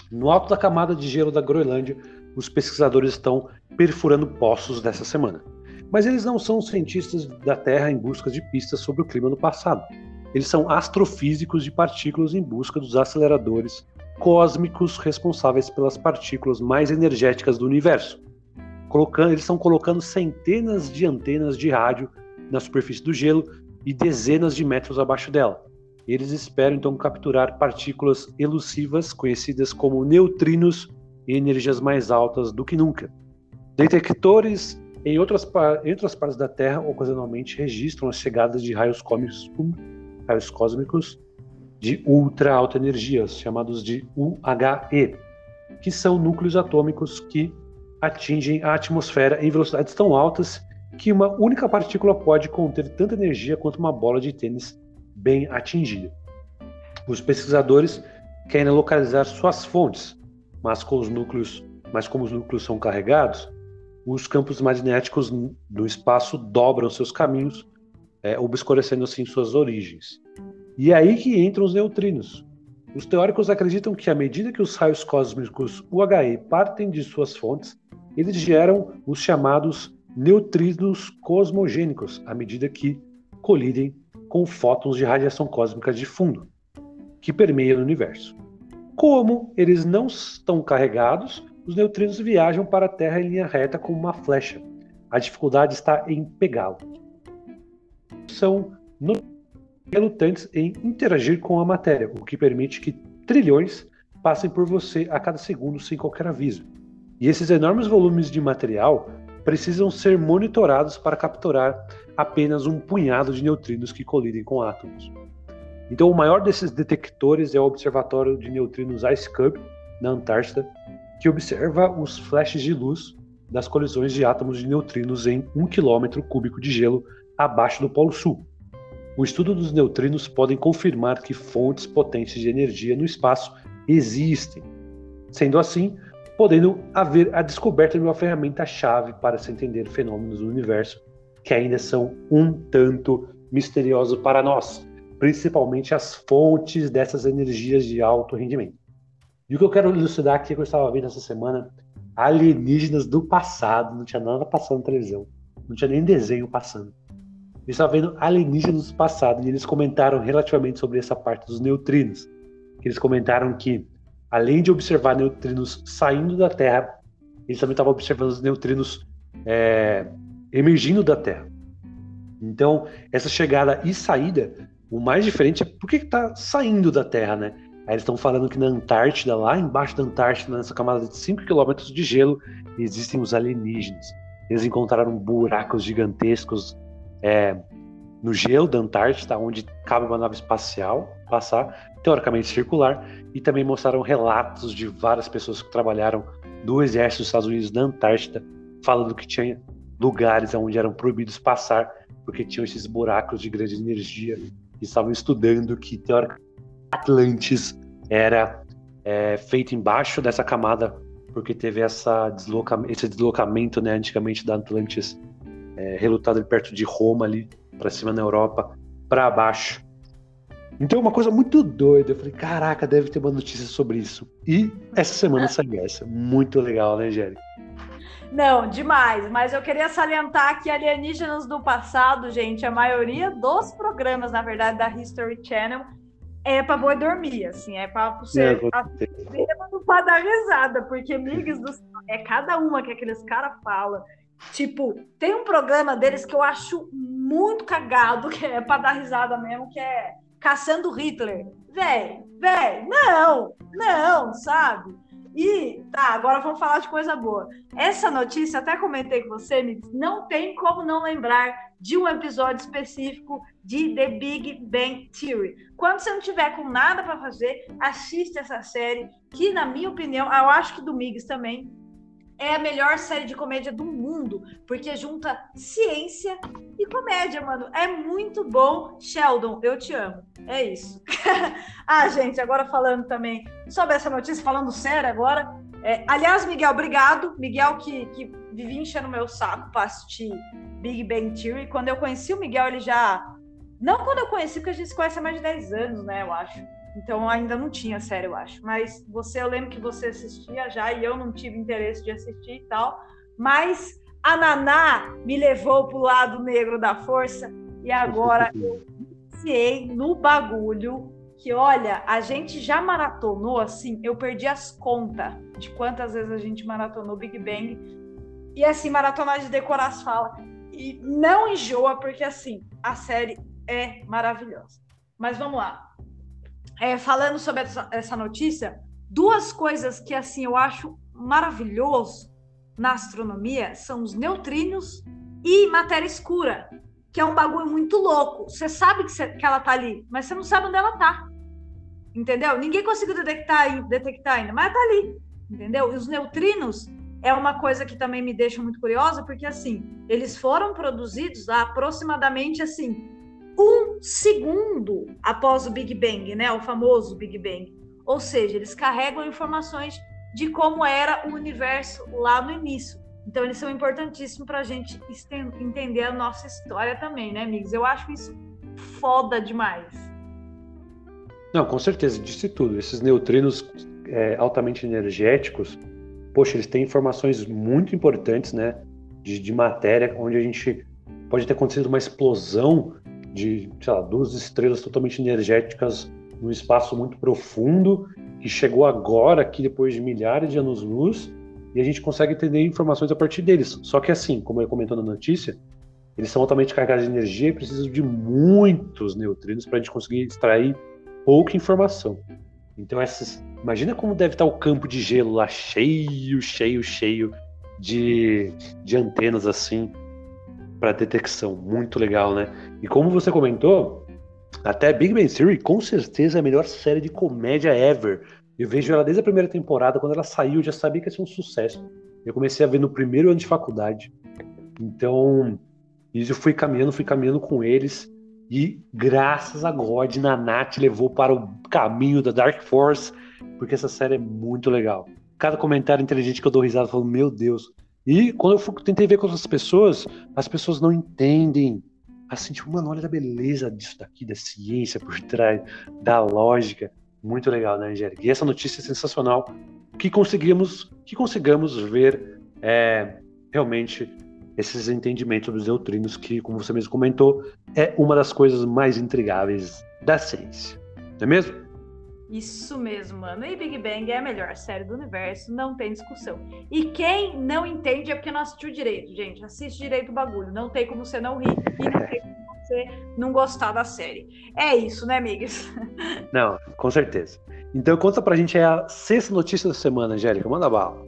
No alto da camada de gelo da Groenlândia, os pesquisadores estão perfurando poços dessa semana. Mas eles não são cientistas da Terra em busca de pistas sobre o clima no passado. Eles são astrofísicos de partículas em busca dos aceleradores cósmicos responsáveis pelas partículas mais energéticas do universo. Colocando, eles estão colocando centenas de antenas de rádio na superfície do gelo e dezenas de metros abaixo dela. Eles esperam então capturar partículas elusivas conhecidas como neutrinos em energias mais altas do que nunca. Detectores em outras, em outras partes da Terra ocasionalmente registram as chegadas de raios cósmicos, raios cósmicos de ultra alta energia, chamados de U H E, que são núcleos atômicos que atingem a atmosfera em velocidades tão altas que uma única partícula pode conter tanta energia quanto uma bola de tênis bem atingida. Os pesquisadores querem localizar suas fontes, mas, com os núcleos, mas como os núcleos são carregados, os campos magnéticos do espaço dobram seus caminhos, é, obscurecendo assim suas origens. E é aí que entram os neutrinos. Os teóricos acreditam que à medida que os raios cósmicos U H E partem de suas fontes, eles geram os chamados neutrinos cosmogênicos, à medida que colidem com fótons de radiação cósmica de fundo, que permeiam o universo. Como eles não estão carregados, os neutrinos viajam para a Terra em linha reta como uma flecha. A dificuldade está em pegá-los. São relutantes em interagir com a matéria, o que permite que trilhões passem por você a cada segundo sem qualquer aviso. E esses enormes volumes de material precisam ser monitorados para capturar apenas um punhado de neutrinos que colidem com átomos. Então, o maior desses detectores é o Observatório de Neutrinos IceCube, na Antártida, que observa os flashes de luz das colisões de átomos de neutrinos em um quilômetro cúbico de gelo abaixo do Polo Sul. O estudo dos neutrinos pode confirmar que fontes potentes de energia no espaço existem. Sendo assim, podendo haver a descoberta de uma ferramenta-chave para se entender fenômenos do universo que ainda são um tanto misteriosos para nós, principalmente as fontes dessas energias de alto rendimento. E o que eu quero elucidar aqui é que eu estava vendo essa semana alienígenas do passado, não tinha nada passando na televisão, não tinha nem desenho passando. Eu estava vendo alienígenas do passado e eles comentaram relativamente sobre essa parte dos neutrinos. Eles comentaram que, além de observar neutrinos saindo da Terra, eles também estavam observando os neutrinos é, emergindo da Terra. Então, essa chegada e saída, o mais diferente é por que está saindo da Terra, né? Aí eles estão falando que na Antártida, lá embaixo da Antártida, nessa camada de cinco quilômetros de gelo, existem os alienígenas. Eles encontraram buracos gigantescos é, no gelo da Antártida, onde cabe uma nave espacial passar, teoricamente circular, e também mostraram relatos de várias pessoas que trabalharam do exército dos Estados Unidos na Antártida, falando que tinha lugares onde eram proibidos passar, porque tinham esses buracos de grande energia, e estavam estudando que, teoricamente, Atlantis era é, feito embaixo dessa camada, porque teve essa desloca- esse deslocamento, né, antigamente da Atlantis, é, relutado perto de Roma, ali, para cima na Europa, para baixo. Então é uma coisa muito doida. Eu falei, caraca, deve ter uma notícia sobre isso. E essa semana saiu essa. Muito legal, né, Angélica? Não, demais. Mas eu queria salientar que alienígenas do passado, gente, a maioria dos programas, na verdade, da History Channel, é pra boi dormir, assim, é pra você para dar risada, porque migas do céu, é cada uma que aqueles caras falam. Tipo, tem um programa deles que eu acho muito cagado, que é pra dar risada mesmo, que é Caçando Hitler. Véi, véi, não, não, sabe? E, tá, agora vamos falar de coisa boa. Essa notícia, até comentei com você, Mix, não tem como não lembrar de um episódio específico de The Big Bang Theory. Quando você não tiver com nada para fazer, assiste essa série, que, na minha opinião, eu acho que do Migs também, é a melhor série de comédia do mundo, porque junta ciência e comédia, mano. É muito bom. Sheldon, eu te amo. É isso. Ah, gente, agora falando também sobre essa notícia, falando sério agora. É, aliás, Miguel, obrigado. Miguel que, que vivia enchendo meu saco para assistir Big Bang Theory. Quando eu conheci o Miguel, ele já... Não quando eu conheci, porque a gente se conhece há mais de dez anos, né, eu acho. Então ainda não tinha série, eu acho. Mas você, eu lembro que você assistia já e eu não tive interesse de assistir e tal. Mas a Naná me levou pro lado negro da força e agora eu viciei no bagulho que, olha, a gente já maratonou, assim, eu perdi as contas de quantas vezes a gente maratonou Big Bang. E, assim, maratonar de decorar as falas. E não enjoa, porque, assim, a série é maravilhosa. Mas vamos lá. É, falando sobre essa, essa notícia, duas coisas que, assim, eu acho maravilhoso na astronomia são os neutrinos e matéria escura, que é um bagulho muito louco. Você sabe que, você, que ela tá ali, mas você não sabe onde ela tá. Entendeu? Ninguém conseguiu detectar, detectar ainda, mas tá ali. Entendeu? E os neutrinos é uma coisa que também me deixa muito curiosa, porque, assim, eles foram produzidos há aproximadamente, assim, um segundo após o Big Bang, né? O famoso Big Bang. Ou seja, eles carregam informações de como era o universo lá no início. Então, eles são importantíssimos para a gente entender a nossa história também, né, amigos? Eu acho isso foda demais. Não, com certeza, disse tudo. Esses neutrinos é, altamente energéticos, poxa, eles têm informações muito importantes, né, de, de matéria, onde a gente pode ter acontecido uma explosão de, sei lá, duas estrelas totalmente energéticas num espaço muito profundo, que chegou agora, aqui depois de milhares de anos-luz, e a gente consegue entender informações a partir deles. Só que assim, como eu comentou na notícia, eles são altamente carregados de energia e precisam de muitos neutrinos para a gente conseguir extrair pouca informação. Então, essas, imagina como deve estar o campo de gelo lá, cheio, cheio, cheio de, de antenas assim, para detecção. Muito legal, né? E como você comentou, até Big Bang Theory, com certeza, é a melhor série de comédia ever. Eu vejo ela desde a primeira temporada, quando ela saiu, eu já sabia que ia ser um sucesso. Eu comecei a ver no primeiro ano de faculdade. Então, isso eu fui caminhando, fui caminhando com eles. E graças a God, Naná te levou para o caminho da Dark Force, porque essa série é muito legal. Cada comentário inteligente que eu dou risada, falando, meu Deus. E quando eu fui, tentei ver com outras pessoas, as pessoas não entendem. Assim, tipo, mano, olha a beleza disso daqui, da ciência por trás, da lógica. Muito legal, né, Angélica? E essa notícia é sensacional, que conseguimos, que consigamos ver é, realmente esses entendimentos dos neutrinos, que, como você mesmo comentou, é uma das coisas mais intrigáveis da ciência. Não é mesmo? Isso mesmo, mano. E Big Bang é a melhor série do universo, não tem discussão. E quem não entende é porque não assistiu direito, gente. Assiste direito o bagulho. Não tem como você não rir e não tem como você não gostar da série. É isso, né, amigas? Não, com certeza. Então conta pra gente a sexta notícia da semana, Angélica. Manda bala.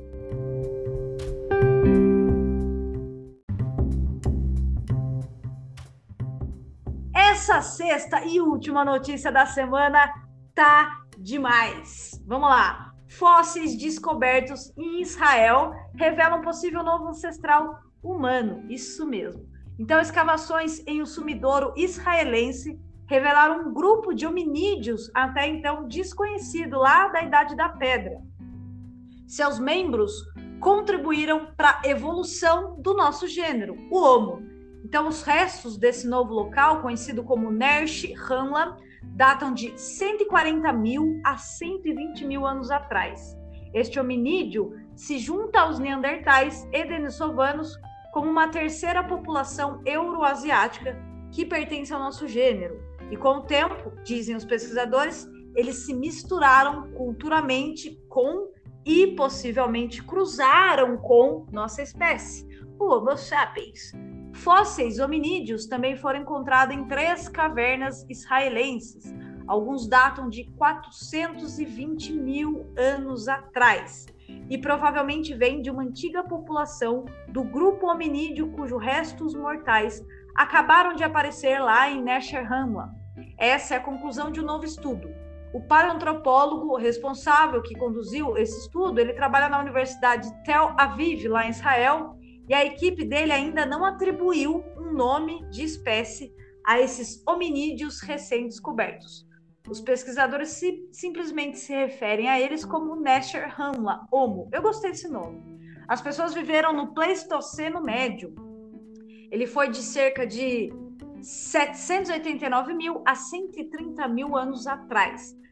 Essa sexta e última notícia da semana tá demais. Vamos lá. Fósseis descobertos em Israel revelam possível novo ancestral humano. Isso mesmo. Então, escavações em um sumidouro israelense revelaram um grupo de hominídeos até então desconhecido lá da Idade da Pedra. Seus membros contribuíram para a evolução do nosso gênero, o Homo. Então, os restos desse novo local, conhecido como Nersh Hanla, datam de cento e quarenta mil a cento e vinte mil anos atrás. Este hominídeo se junta aos neandertais e denisovanos como uma terceira população euroasiática que pertence ao nosso gênero. E com o tempo, dizem os pesquisadores, eles se misturaram culturalmente com e possivelmente cruzaram com nossa espécie, o Homo sapiens. Fósseis hominídeos também foram encontrados em três cavernas israelenses. Alguns datam de quatrocentos e vinte mil anos atrás e provavelmente vêm de uma antiga população do grupo hominídeo cujos restos mortais acabaram de aparecer lá em Nesher Hamla. Essa é a conclusão de um novo estudo. O paleoantropólogo responsável que conduziu esse estudo, ele trabalha na Universidade de Tel Aviv, lá em Israel, e a equipe dele ainda não atribuiu um nome de espécie a esses hominídeos recém-descobertos. Os pesquisadores se, simplesmente se referem a eles como Nesher Hamla, Homo. Eu gostei desse nome. As pessoas viveram no Pleistoceno Médio. Ele foi de cerca de setecentos e oitenta e nove mil a cento e trinta mil anos atrás.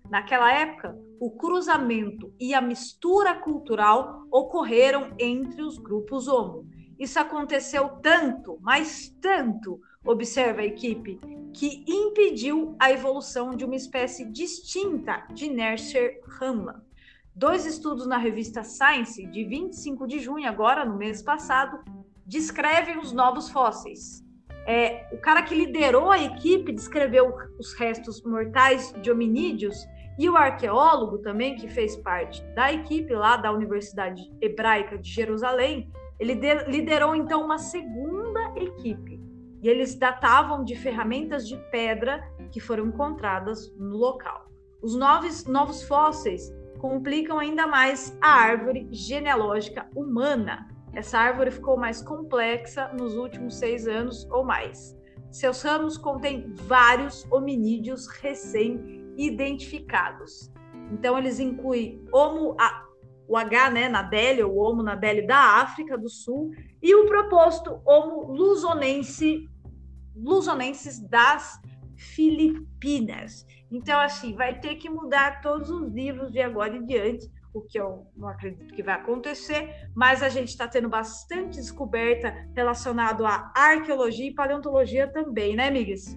Naquela época, o cruzamento e a mistura cultural ocorreram entre os grupos Homo. Isso aconteceu tanto, mas tanto, observa a equipe, que impediu a evolução de uma espécie distinta de Nercher-Hanlan. Dois estudos na revista Science, de vinte e cinco de junho, agora, no mês passado, descrevem os novos fósseis. É, o cara que liderou a equipe descreveu os restos mortais de hominídeos, e o arqueólogo também, que fez parte da equipe lá da Universidade Hebraica de Jerusalém, ele liderou então uma segunda equipe. E eles datavam de ferramentas de pedra que foram encontradas no local. Os novos, novos fósseis complicam ainda mais a árvore genealógica humana. Essa árvore ficou mais complexa nos últimos seis anos ou mais. Seus ramos contêm vários hominídeos recém-identificados. Então, eles incluem Homo, a, o H, né, Nadele, ou Homo Nadele da África do Sul, e o proposto Homo luzonense, luzonenses das Filipinas. Então, assim, vai ter que mudar todos os livros de agora em diante, o que eu não acredito que vai acontecer, mas a gente está tendo bastante descoberta relacionado à arqueologia e paleontologia também, né, amigas?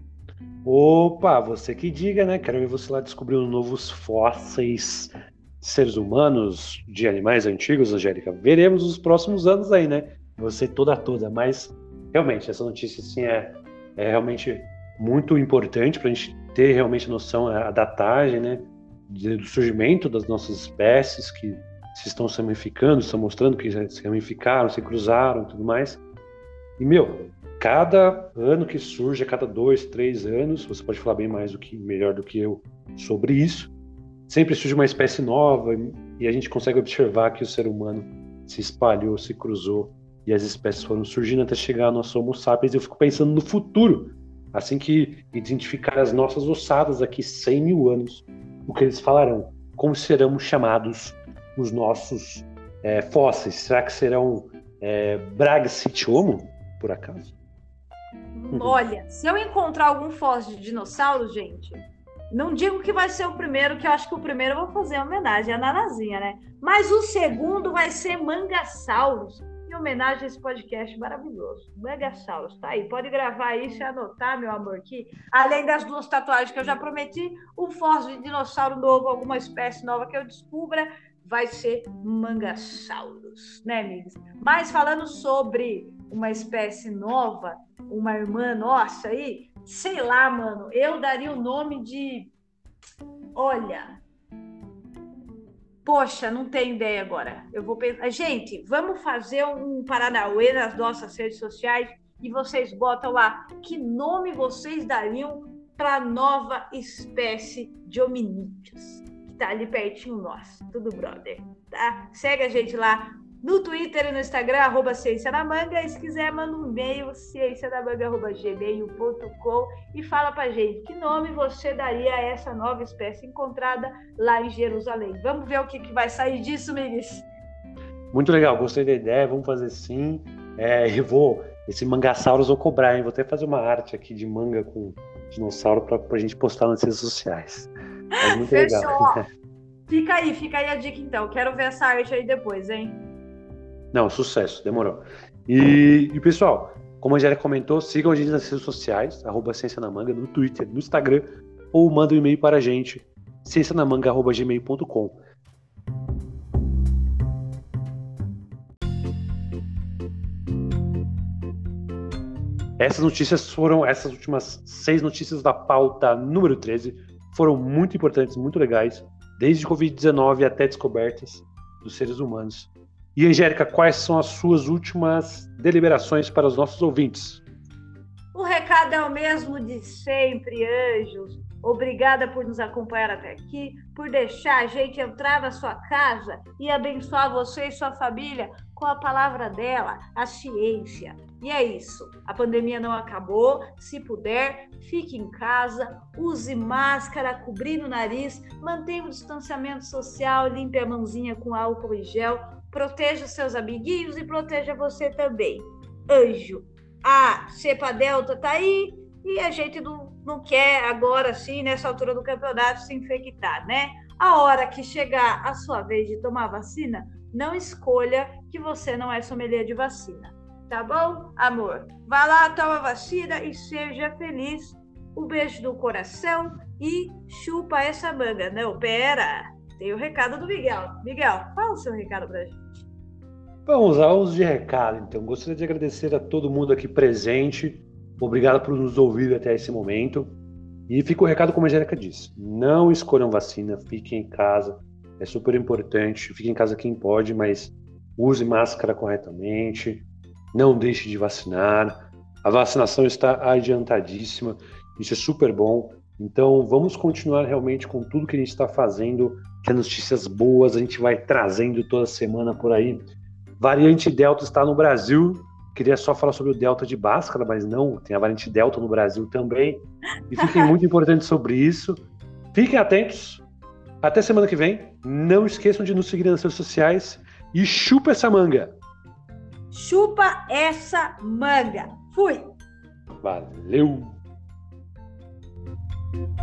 Opa, você que diga, né? Quero ver você lá descobrindo novos fósseis de seres humanos, de animais antigos, Angélica. Veremos nos próximos anos aí, né? Você toda toda, mas realmente, essa notícia assim, é, é realmente muito importante para a gente ter realmente noção, a datagem, né? Do surgimento das nossas espécies que se estão se ramificando, estão mostrando que se ramificaram, se cruzaram e tudo mais. E, meu, cada ano que surge, a cada dois, três anos, você pode falar bem mais do que, melhor do que eu sobre isso, sempre surge uma espécie nova e a gente consegue observar que o ser humano se espalhou, se cruzou e as espécies foram surgindo até chegar ao nosso Homo sapiens. E eu fico pensando no futuro, assim que identificar as nossas ossadas aqui cem mil anos, o que eles falarão, como serão chamados os nossos é, fósseis? Será que serão é, Bragsit Homo, por acaso? Olha, se eu encontrar algum fóssil de dinossauro, gente, não digo que vai ser o primeiro, que eu acho que o primeiro eu vou fazer uma homenagem à Nanazinha, né? Mas o segundo vai ser Mangassauros, em homenagem a esse podcast maravilhoso. Mangassauros, tá aí. Pode gravar isso e anotar, meu amor, que além das duas tatuagens que eu já prometi, um fóssil de dinossauro novo, alguma espécie nova que eu descubra, vai ser Mangassauros, né, amigos? Mas falando sobre uma espécie nova, uma irmã nossa aí, sei lá, mano, eu daria o nome de... Olha... Poxa, não tenho ideia agora. Eu vou pensar. Gente, vamos fazer um Paranauê nas nossas redes sociais e vocês botam lá que nome vocês dariam para a nova espécie de hominídeos que tá ali pertinho nosso. Tudo brother, tá? Segue a gente lá no Twitter e no Instagram, arroba Ciência na Manga. E se quiser, manda um e-mail, ciencianamanga arroba gmail ponto com e fala pra gente que nome você daria a essa nova espécie encontrada lá em Jerusalém. Vamos ver o que, que vai sair disso, Migues? Muito legal, gostei da ideia, vamos fazer sim. É, eu vou, esse Mangassauros eu vou cobrar, hein? Vou até fazer uma arte aqui de manga com dinossauro pra, pra gente postar nas redes sociais. É muito Fechou. Legal. Fica aí, fica aí a dica então. Quero ver essa arte aí depois, hein? Não, sucesso, demorou. E, e pessoal, como a Angélica comentou, sigam a gente nas redes sociais, arroba Ciência na Manga, no Twitter, no Instagram, ou manda um e-mail para a gente, ciencianamanga arroba gmail ponto com. Essas notícias foram, essas últimas seis notícias da pauta número treze, foram muito importantes, muito legais, desde covid dezenove até descobertas dos seres humanos. E, Angélica, quais são as suas últimas deliberações para os nossos ouvintes? O recado é o mesmo de sempre, anjos. Obrigada por nos acompanhar até aqui, por deixar a gente entrar na sua casa e abençoar você e sua família com a palavra dela, a ciência. E é isso. A pandemia não acabou. Se puder, fique em casa, use máscara, cobrindo o nariz, mantenha o distanciamento social, limpe a mãozinha com álcool e gel, proteja os seus amiguinhos e proteja você também. Anjo, a cepa delta tá aí e a gente não não quer agora, sim, nessa altura do campeonato, se infectar, né? A hora que chegar a sua vez de tomar vacina, não escolha que você não é sommelier de vacina. Tá bom, amor? Vai lá, toma vacina e seja feliz. Um beijo do coração e chupa essa manga. Não, pera, tem o recado do Miguel. Miguel, fala o seu recado pra gente. Vamos aos de recado, então. Gostaria de agradecer a todo mundo aqui presente. Obrigado por nos ouvir até esse momento. E fica o recado como a Angélica disse. Não escolham vacina, fiquem em casa. É super importante. Fiquem em casa quem pode, mas use máscara corretamente. Não deixe de vacinar. A vacinação está adiantadíssima. Isso é super bom. Então vamos continuar realmente com tudo que a gente está fazendo. Que as notícias boas a gente vai trazendo toda semana por aí. Variante Delta está no Brasil. Queria só falar sobre o Delta de Bhaskara, mas não, tem a variante Delta no Brasil também. E fiquem muito importantes sobre isso. Fiquem atentos. Até semana que vem. Não esqueçam de nos seguir nas redes sociais. E chupa essa manga. Chupa essa manga. Fui. Valeu.